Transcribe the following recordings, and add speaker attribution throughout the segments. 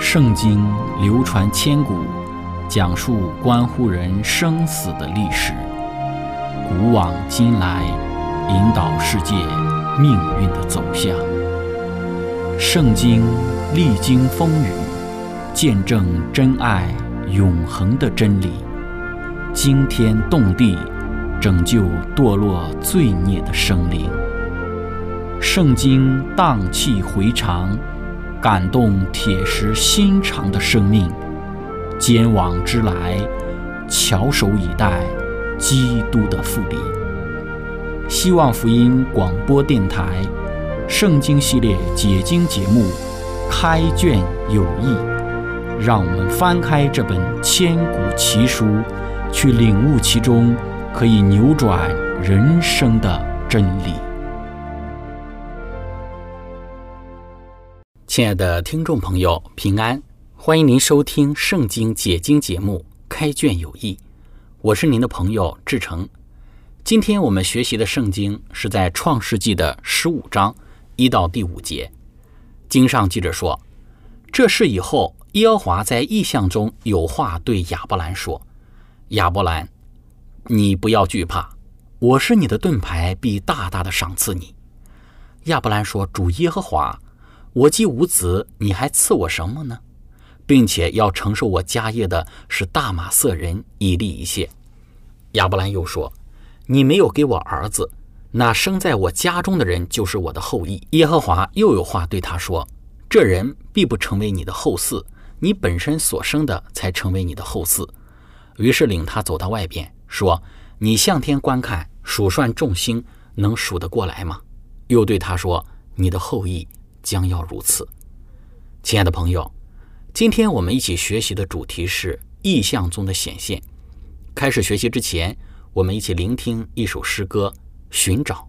Speaker 1: 圣经流传千古，讲述关乎人生死的历史，古往今来，引导世界命运的走向。圣经历经风雨，见证真爱永恒的真理，惊天动地，拯救堕落罪孽的生灵。圣经荡气回肠，感动铁石心肠的生命。坚往之来，翘首以待基督的复临。希望福音广播电台圣经系列解经节目开卷有益，让我们翻开这本千古奇书，去领悟其中可以扭转人生的真理。亲爱的听众朋友，平安，欢迎您收听圣经解经节目开卷有益，我是您的朋友志成。今天我们学习的圣经是在创世纪的15章1到第5节。经上记着说，这事以后，耶和华在异象中有话对亚伯兰说，亚伯兰，你不要惧怕，我是你的盾牌，必大大的赏赐你。亚伯兰说，主耶和华，我既无子，你还赐我什么呢？并且要承受我家业的是大马色人以利以谢。亚伯兰又说，你没有给我儿子，那生在我家中的人就是我的后裔。耶和华又有话对他说，这人必不成为你的后嗣，你本身所生的才成为你的后嗣。于是领他走到外边，说，你向天观看，数算众星，能数得过来吗？又对他说，你的后裔将要如此。亲爱的朋友，今天我们一起学习的主题是异象中的显现。开始学习之前，我们一起聆听一首诗歌《寻找》。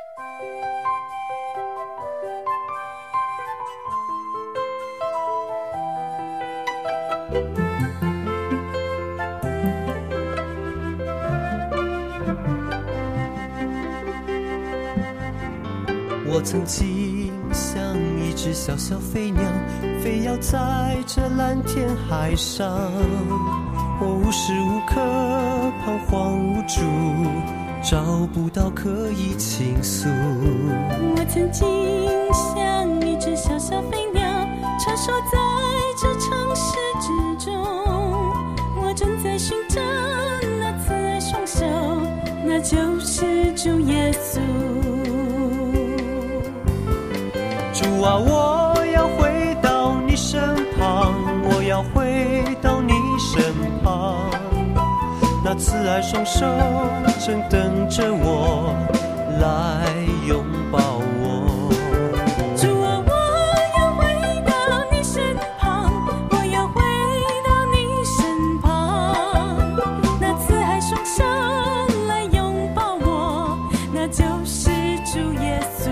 Speaker 2: 我曾经像一只小小飞鸟，飞摇在这蓝天海上，我无时无刻彷徨无助，找不到可以倾诉。
Speaker 3: 我曾经像一只小小飞鸟，穿梭在这城市之中，我正在寻找那慈爱双手，那就是主耶稣。
Speaker 2: 主啊，我要回到你身旁，我要回到你身旁，那慈爱双手正等着我来拥抱我。
Speaker 3: 主啊，我要回到你身旁，我要回到你身旁，那慈爱双手来拥抱我，那就是主耶稣。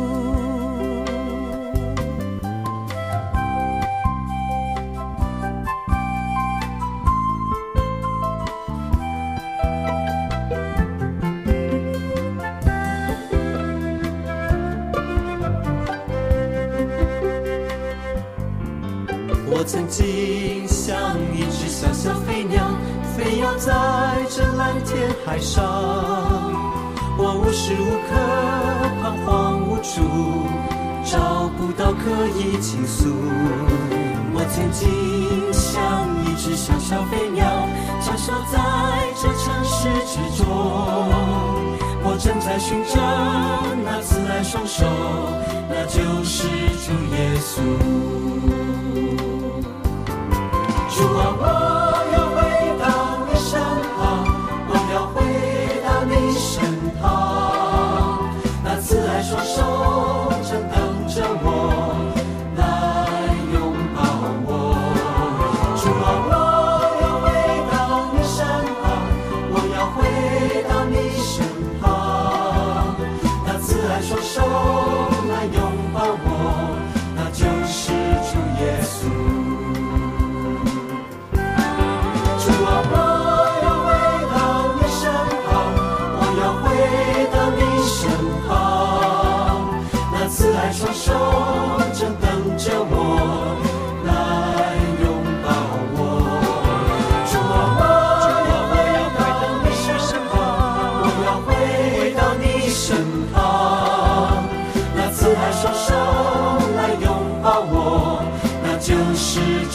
Speaker 2: 我曾经像一只小小飞鸟，飞摇在这蓝天海上，我无时无刻彷徨无助，找不到可以倾诉。我曾经像一只小小飞鸟，穿梭在这城市之中，我正在寻找那慈爱双手，那就是主耶稣。主啊，我要回到你身旁，我要回到你身旁，那慈爱双手正等着我来拥抱我。主啊，我要回到你身旁，我要回到你身旁，那慈爱双手来拥抱我，那就是主耶稣。双手正等着我来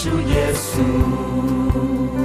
Speaker 2: 主耶稣。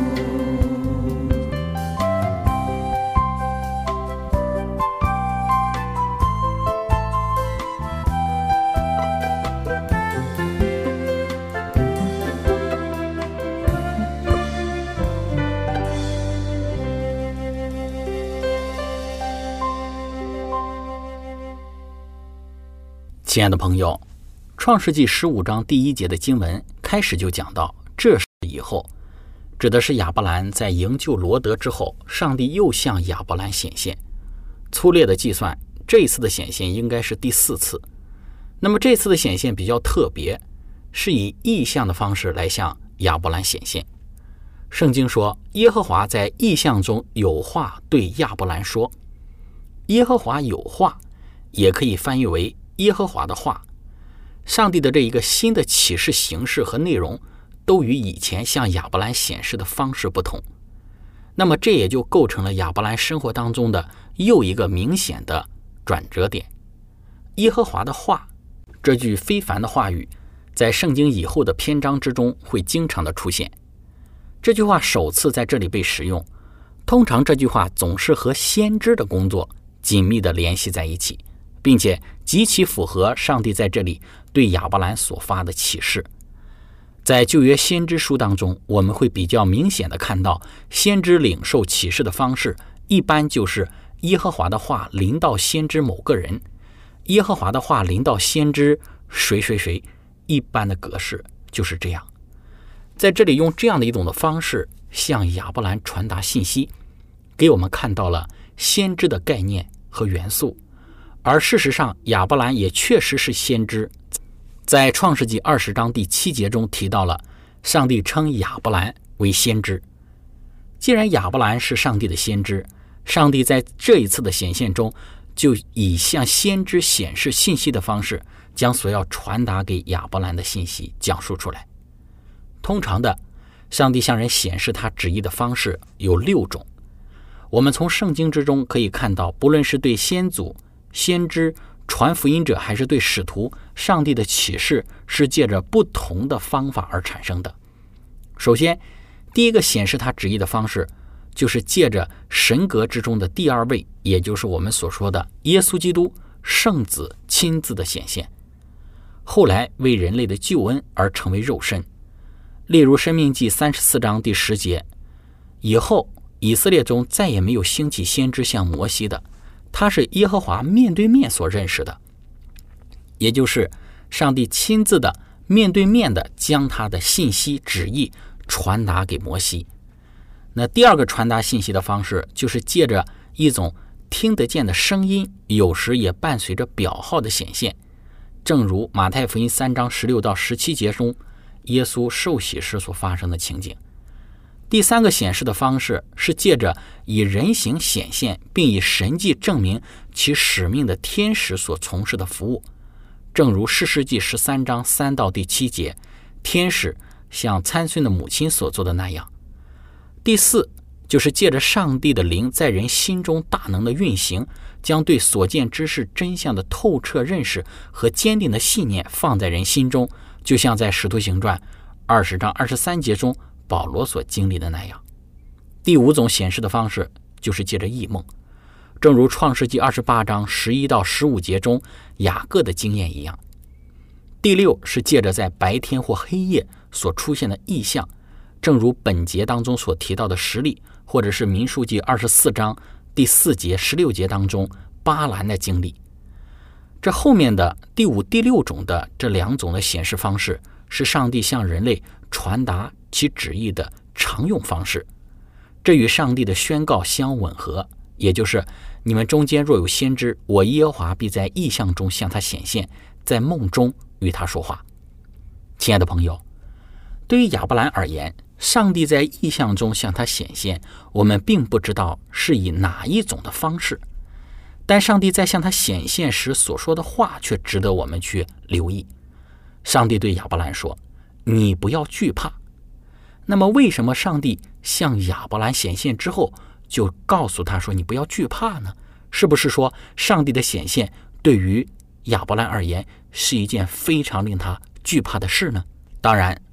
Speaker 1: 亲爱的朋友，创世纪15章第1节的经文开始就讲到，这事以后指的是亚伯兰在营救罗得之后，上帝又向亚伯兰显现。粗略的计算，这一次的显现应该是第4次。那么这次的显现比较特别，是以异象的方式来向亚伯兰显现。圣经说，耶和华在异象中有话对亚伯兰说。耶和华有话也可以翻译为耶和华的话。上帝的这一个新的启示形式和内容都与以前向亚伯兰显示的方式不同，那么这也就构成了亚伯兰生活当中的又一个明显的转折点。耶和华的话这句非凡的话语在圣经以后的篇章之中会经常的出现。这句话首次在这里被使用，通常这句话总是和先知的工作紧密地联系在一起，并且极其符合上帝在这里对亚伯兰所发的启示。在旧约先知书当中，我们会比较明显地看到，先知领受启示的方式一般就是耶和华的话临到先知某个人，耶和华的话临到先知谁谁谁，一般的格式就是这样。在这里用这样的一种的方式向亚伯兰传达信息，给我们看到了先知的概念和元素。而事实上，亚伯兰也确实是先知。在创世纪20章第7节中提到了，上帝称亚伯兰为先知。既然亚伯兰是上帝的先知，上帝在这一次的显现中，就以向先知显示信息的方式，将所要传达给亚伯兰的信息讲述出来。通常的，上帝向人显示他旨意的方式有6种。我们从圣经之中可以看到，不论是对先祖、先知、传福音者，还是对使徒，上帝的启示是借着不同的方法而产生的。首先，第一个显示他旨意的方式，就是借着神格之中的第2位，也就是我们所说的耶稣基督圣子亲自的显现，后来为人类的救恩而成为肉身。例如申命记34章第10节，以后以色列中再也没有兴起先知像摩西的，他是耶和华面对面所认识的，也就是上帝亲自的面对面的将他的信息旨意传达给摩西。那第2个传达信息的方式，就是借着一种听得见的声音，有时也伴随着表号的显现，正如马太福音3章16到17节中耶稣受洗时所发生的情景。第3个显示的方式是借着以人形显现并以神迹证明其使命的天使所从事的服务，正如士师记13章3到第7节天使像参孙的母亲所做的那样。第4就是借着上帝的灵在人心中大能的运行，将对所见之事真相的透彻认识和坚定的信念放在人心中，就像在使徒行传20章23节中保罗所经历的那样。第5种显示的方式就是借着异梦，正如创世纪28章11到15节中雅各的经验一样。第6是借着在白天或黑夜所出现的异象，正如本节当中所提到的实例，或者是民数记24章第4节16节当中巴兰的经历。这后面的第5、第6种的这2种的显示方式，是上帝向人类传达其旨意的常用方式，这与上帝的宣告相吻合，也就是你们中间若有先知，我耶和华必在异象中向他显现，在梦中与他说话。亲爱的朋友，对于亚伯兰而言，上帝在异象中向他显现，我们并不知道是以哪一种的方式，但上帝在向他显现时所说的话却值得我们去留意。上帝对亚伯兰说，你不要惧怕。那么为什么上帝向亚伯兰显现之后就告诉他说你不要惧怕呢？是不是说上帝的显现对于亚伯兰而言是一件非常令他惧怕的事呢？当然，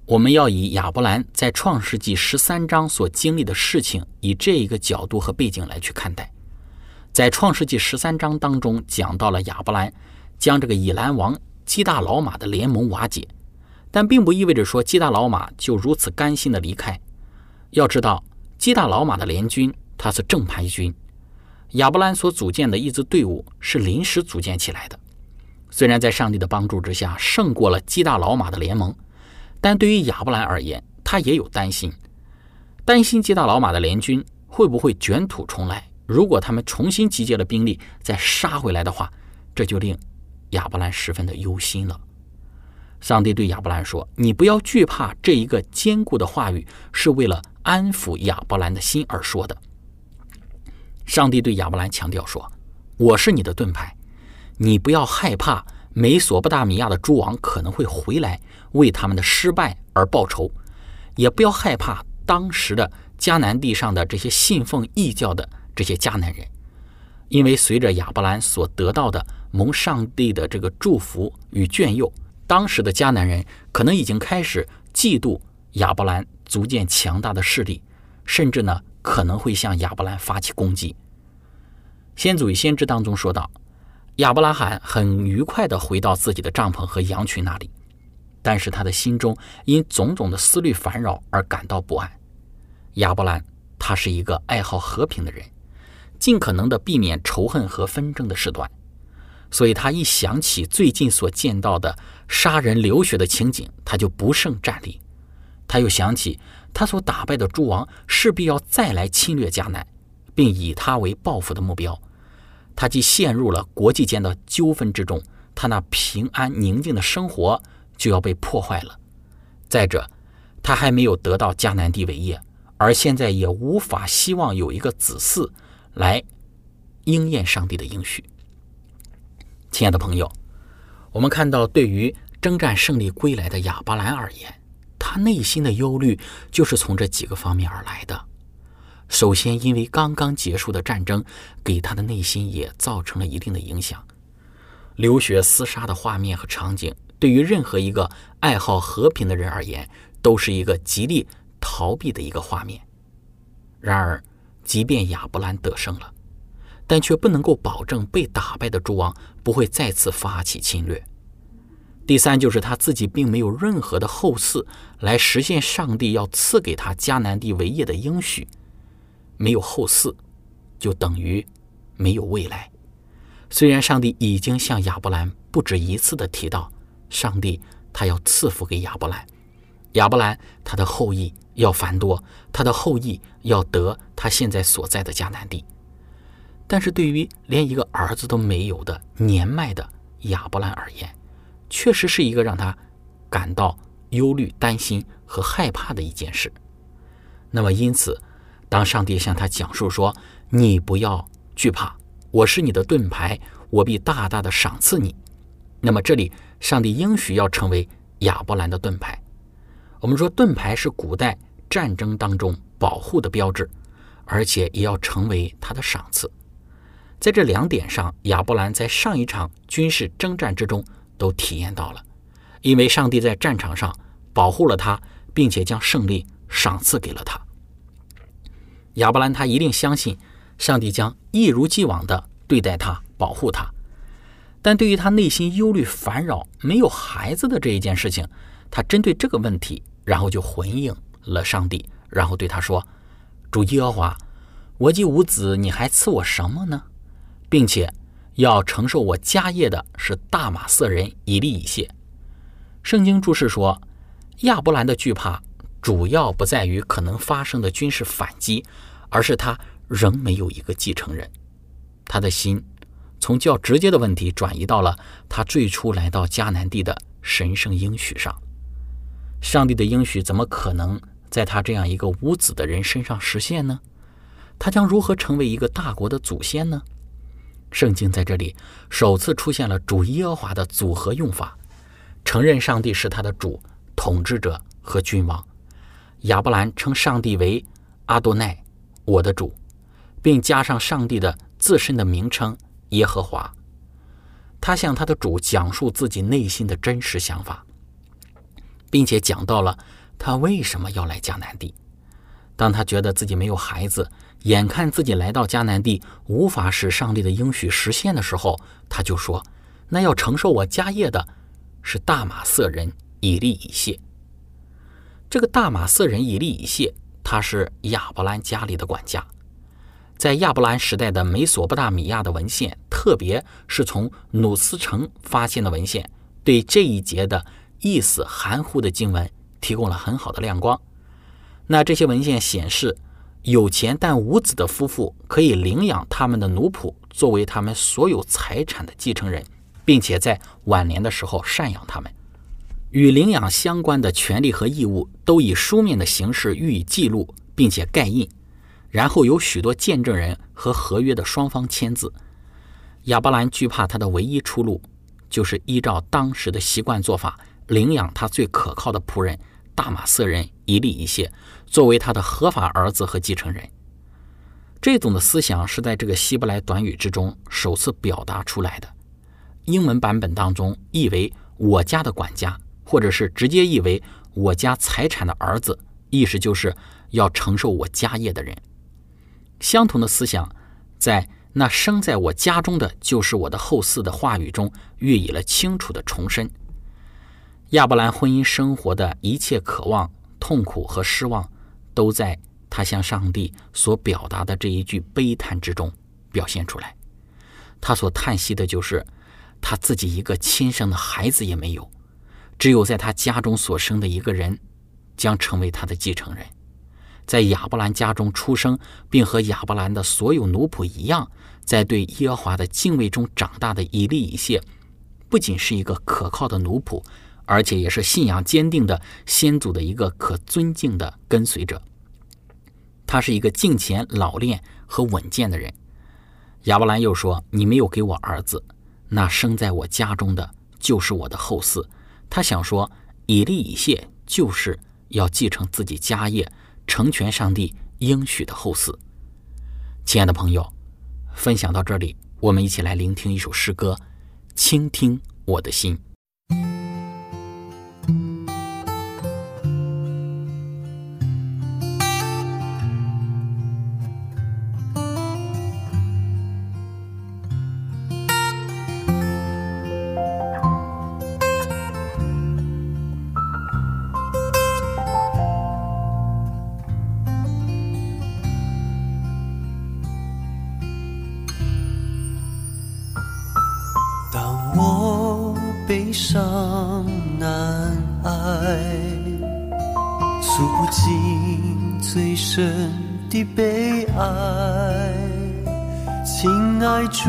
Speaker 1: 我们要以亚伯兰在创世纪13章所经历的事情，以这一个角度和背景来去看待。在创世纪13章当中讲到了亚伯兰将这个以兰王基大老马的联盟瓦解，但并不意味着说基大老马就如此甘心的离开。要知道，基大老马的联军他是正牌军，亚伯兰所组建的一支队伍是临时组建起来的。虽然在上帝的帮助之下胜过了基大老马的联盟，但对于亚伯兰而言，他也有担心基大老马的联军会不会卷土重来。如果他们重新集结了兵力再杀回来的话，这就令亚伯兰十分的忧心了。上帝对亚伯兰说，你不要惧怕，这一个坚固的话语是为了安抚亚伯兰的心而说的。上帝对亚伯兰强调说，我是你的盾牌，你不要害怕美索不达米亚的诸王可能会回来为他们的失败而报仇，也不要害怕当时的迦南地上的这些信奉异教的这些迦南人，因为随着亚伯兰所得到的蒙上帝的这个祝福与眷佑，当时的迦南人可能已经开始嫉妒亚伯兰逐渐强大的势力，甚至呢可能会向亚伯兰发起攻击。先祖与先知当中说到，亚伯拉罕很愉快地回到自己的帐篷和羊群那里，但是他的心中因种种的思虑烦扰而感到不安。亚伯兰他是一个爱好和平的人，尽可能的避免仇恨和纷争的事端，所以他一想起最近所见到的杀人流血的情景，他就不胜战栗。他又想起他所打败的诸王势必要再来侵略迦南，并以他为报复的目标，他既陷入了国际间的纠纷之中，他那平安宁静的生活就要被破坏了。再者，他还没有得到迦南地为业，而现在也无法希望有一个子嗣来应验上帝的应许。亲爱的朋友，我们看到对于征战胜利归来的亚伯兰而言，他内心的忧虑就是从这几个方面而来的。首先，因为刚刚结束的战争给他的内心也造成了一定的影响。流血厮杀的画面和场景，对于任何一个爱好和平的人而言，都是一个极力逃避的一个画面。然而，即便亚伯兰得胜了，但却不能够保证被打败的诸王不会再次发起侵略。第三，就是他自己并没有任何的后嗣来实现上帝要赐给他迦南地为业的应许。没有后嗣，就等于没有未来。虽然上帝已经向亚伯兰不止一次的提到，上帝他要赐福给亚伯兰，亚伯兰他的后裔要繁多，他的后裔要得他现在所在的迦南地。但是对于连一个儿子都没有的年迈的亚伯兰而言，确实是一个让他感到忧虑、担心和害怕的一件事。那么因此，当上帝向他讲述说，你不要惧怕，我是你的盾牌，我必大大的赏赐你。那么这里上帝应许要成为亚伯兰的盾牌。我们说盾牌是古代战争当中保护的标志，而且也要成为他的赏赐。在这两点上，亚伯兰在上一场军事征战之中都体验到了，因为上帝在战场上保护了他，并且将胜利赏赐给了他。亚伯兰他一定相信上帝将一如既往地对待他，保护他。但对于他内心忧虑烦扰没有孩子的这一件事情，他针对这个问题，然后就回应了上帝，然后对他说，主耶和华，我既无子，你还赐我什么呢？并且要承受我家业的是大马色人以利以谢。圣经注释说，亚伯兰的惧怕主要不在于可能发生的军事反击，而是他仍没有一个继承人。他的心从较直接的问题转移到了他最初来到迦南地的神圣应许上。上帝的应许怎么可能在他这样一个无子的人身上实现呢？他将如何成为一个大国的祖先呢？圣经在这里首次出现了主耶和华的组合用法，承认上帝是他的主、统治者和君王。亚伯兰称上帝为阿多奈，我的主，并加上上帝的自身的名称耶和华。他向他的主讲述自己内心的真实想法， 并且讲到了他为什么要来迦南地。当他觉得自己没有孩子，眼看自己来到迦南地无法使上帝的应许实现的时候，他就说，那要承受我家业的是大马色人以利以谢。这个大马色人以利以谢，他是亚伯兰家里的管家。在亚伯兰时代的美索不达米亚的文献，特别是从努斯城发现的文献，对这一节的意思含糊的经文提供了很好的亮光。那这些文献显示，有钱但无子的夫妇可以领养他们的奴仆作为他们所有财产的继承人，并且在晚年的时候赡养他们。与领养相关的权利和义务都以书面的形式予以记录，并且盖印，然后有许多见证人和合约的双方签字。亚伯兰惧怕他的唯一出路就是依照当时的习惯做法，领养他最可靠的仆人大马色人以利以谢作为他的合法儿子和继承人。这种的思想是在这个希伯来短语之中首次表达出来的。英文版本当中译为我家的管家，或者是直接译为我家财产的儿子，意思就是要承受我家业的人。相同的思想在那生在我家中的就是我的后嗣的话语中予以了清楚的重申。亚伯兰婚姻生活的一切渴望、痛苦和失望，都在他向上帝所表达的这一句悲叹之中表现出来。他所叹息的就是他自己一个亲生的孩子也没有，只有在他家中所生的一个人将成为他的继承人。在亚伯兰家中出生，并和亚伯兰的所有奴仆一样，在对耶和华的敬畏中长大的以利以谢，不仅是一个可靠的奴仆，而且也是信仰坚定的先祖的一个可尊敬的跟随者。他是一个敬虔、老练和稳健的人。亚伯兰又说，你没有给我儿子，那生在我家中的就是我的后嗣。他想说，以利以谢就是要继承自己家业，成全上帝应许的后嗣。亲爱的朋友，分享到这里，我们一起来聆听一首诗歌，倾听我的心。
Speaker 2: 悲伤难挨，诉不尽最深的悲哀。亲爱主，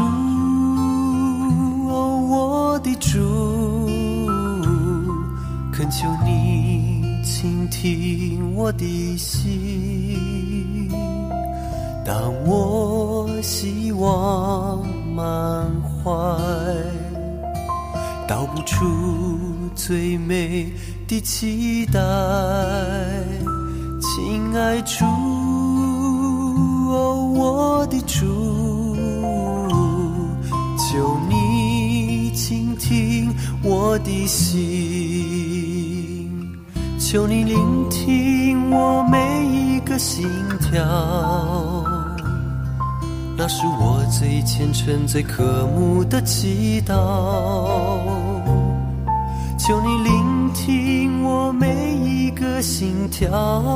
Speaker 2: 哦，我的主，恳求你倾听我的心。当我希望满怀，道不出最美的期待。亲爱主，哦，我的主，求你倾听我的心，求你聆听我每一个心跳，那是我最虔诚最渴慕的祈祷。求你聆听我每一个心跳，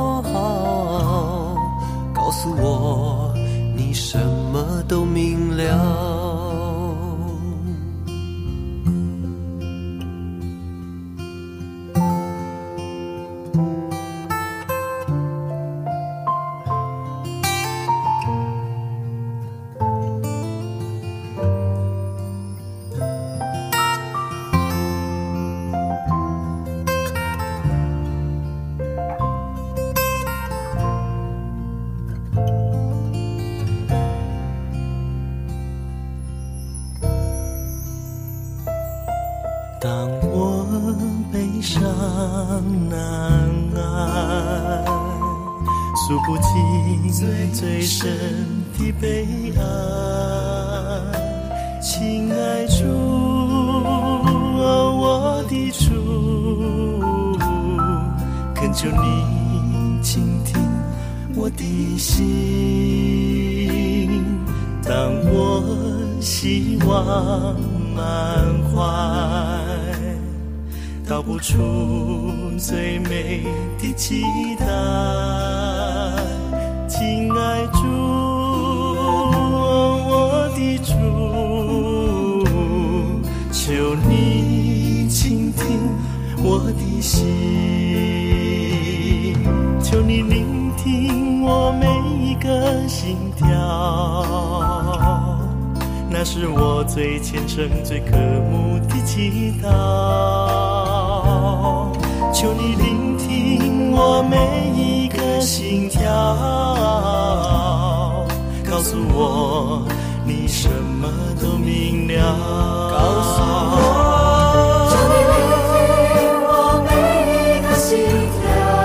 Speaker 2: 告诉我你什么都明了。当我悲伤难挨，诉不尽最深的悲哀。亲爱主，哦，我的主， 恳求你倾听我的心。当我希望满怀，道不出最美的期待。亲爱主，我的主，求你倾听我的心，求你聆听我每一个心跳，那是我最虔诚最渴慕的祈祷。求你聆听我每一个心跳，告诉我你什么都明了。告诉我，
Speaker 3: 求你聆听我每一个心跳，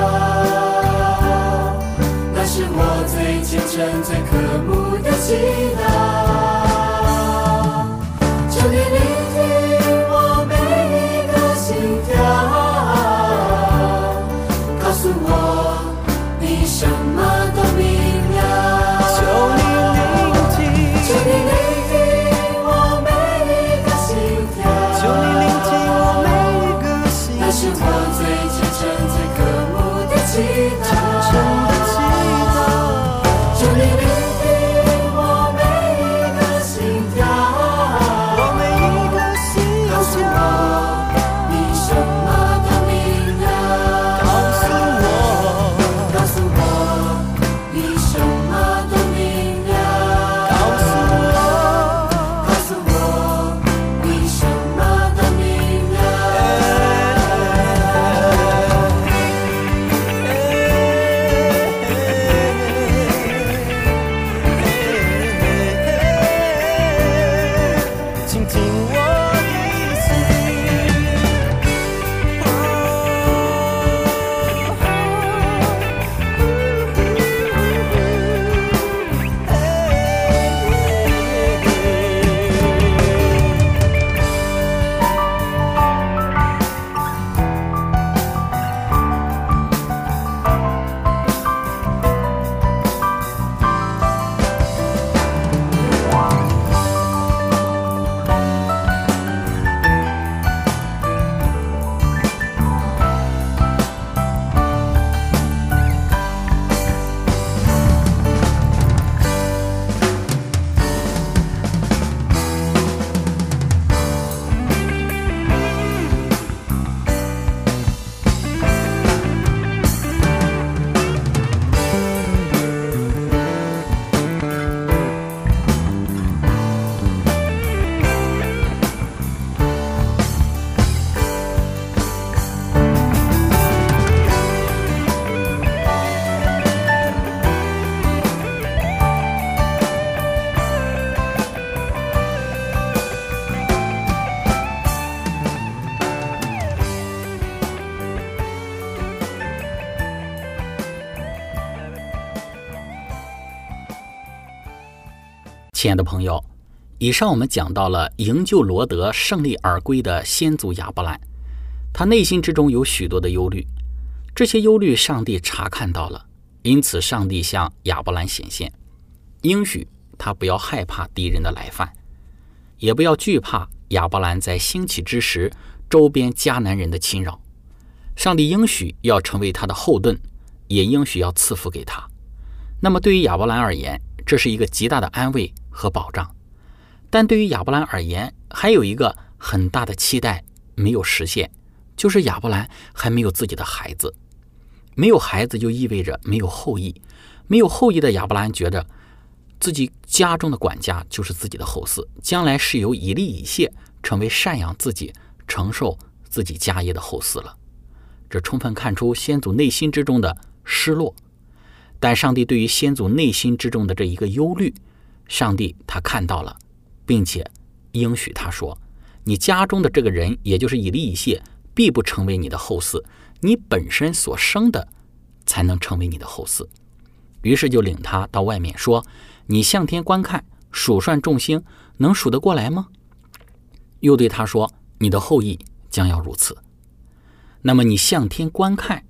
Speaker 3: 那是我最虔诚最渴慕的祈祷。求你聆听我每一个心跳，告诉我你什么都明了。
Speaker 2: 求你聆听，
Speaker 3: 求你聆听我每一个心跳，
Speaker 2: 求你聆听我每一个心跳，
Speaker 3: 那是我最虔诚最渴慕的祈祷。
Speaker 2: 真的祈祷。
Speaker 3: 求你聆听我每一个心跳，
Speaker 2: 我每一个心
Speaker 3: 告诉我你什么都明了。
Speaker 2: 告诉我，
Speaker 3: 告诉我你什么都明了。
Speaker 2: 告诉我，
Speaker 3: 告诉我你什么都明了。
Speaker 2: 倾听我的心。
Speaker 1: 亲爱的朋友，以上我们讲到了营救罗德胜利而归的先祖亚伯兰，他内心之中有许多的忧虑，这些忧虑上帝察看到了，因此上帝向亚伯兰显现，应许他不要害怕敌人的来犯，也不要惧怕亚伯兰在兴起之时周边迦南人的侵扰。上帝应许要成为他的后盾，也应许要赐福给他。那么对于亚伯兰而言，这是一个极大的安慰和保障。但对于亚伯兰而言，还有一个很大的期待没有实现，就是亚伯兰还没有自己的孩子。没有孩子就意味着没有后裔，没有后裔的亚伯兰觉着自己家中的管家就是自己的后嗣，将来是由以利以谢成为赡养自己、承受自己家业的后嗣了。这充分看出先祖内心之中的失落。但上帝对于先祖内心之中的这一个忧虑，上帝他看到了，并且应许他说，你家中的这个人，也就是以利以谢，必不成为你的后嗣，你本身所生的才能成为你的后嗣。于是就领他到外面说，你向天观看，数算众星，能数得过来吗？又对他说，你的后裔将要如此。那么你向天观看，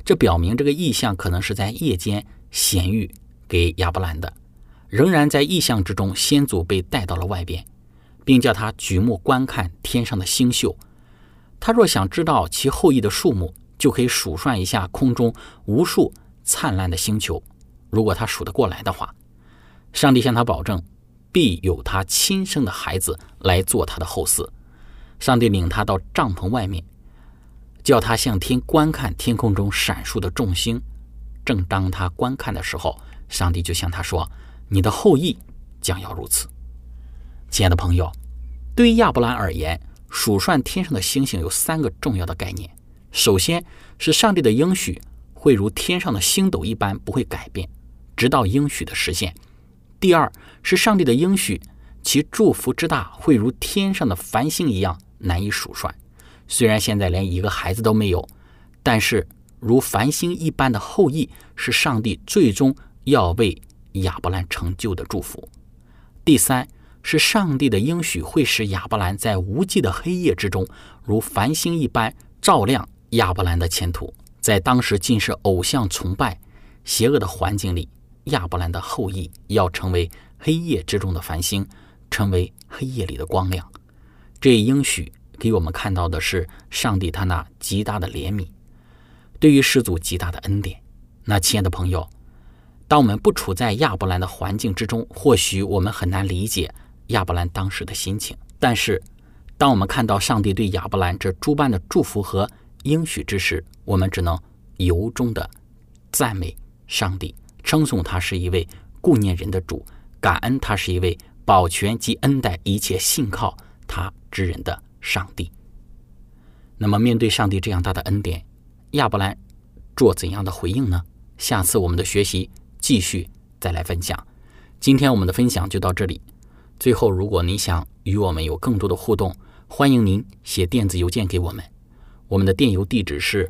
Speaker 1: 这表明这个异象可能是在夜间显喻给亚伯兰的。仍然在异象之中，先祖被带到了外边，并叫他举目观看天上的星宿。他若想知道其后裔的数目，就可以数算一下空中无数灿烂的星球。如果他数得过来的话，上帝向他保证，必有他亲生的孩子来做他的后嗣。上帝领他到帐篷外面，叫他向天观看天空中闪烁的众星。正当他观看的时候，上帝就向他说，你的后裔将要如此。亲爱的朋友，对于亚伯兰而言，数算天上的星星有3个重要的概念。首先是上帝的应许会如天上的星斗一般不会改变，直到应许的实现。第二是上帝的应许，其祝福之大会如天上的繁星一样难以数算。虽然现在连一个孩子都没有，但是如繁星一般的后裔是上帝最终要为亚伯兰成就的祝福。第三是上帝的应许会使亚伯兰在无际的黑夜之中如繁星一般照亮亚伯兰的前途。在当时尽是偶像崇拜邪恶的环境里，亚伯兰的后裔要成为黑夜之中的繁星，成为黑夜里的光亮。这一应许给我们看到的是上帝他那极大的怜悯，对于世族极大的恩典。那亲爱的朋友，当我们不处在亚伯兰的环境之中，或许我们很难理解亚伯兰当时的心情。但是当我们看到上帝对亚伯兰这诸般的祝福和应许之时，我们只能由衷的赞美上帝，称颂他是一位顾念人的主，感恩他是一位保全及恩待一切信靠他之人的上帝。那么面对上帝这样大的恩典，亚伯兰做怎样的回应呢？下次我们的学习继续再来分享。今天我们的分享就到这里。最后，如果你想与我们有更多的互动，欢迎您写电子邮件给我们。我们的电邮地址是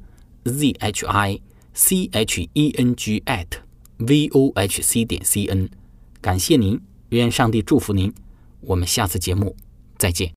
Speaker 1: zhicheng@vohc.cn。感谢您，愿上帝祝福您。我们下次节目再见。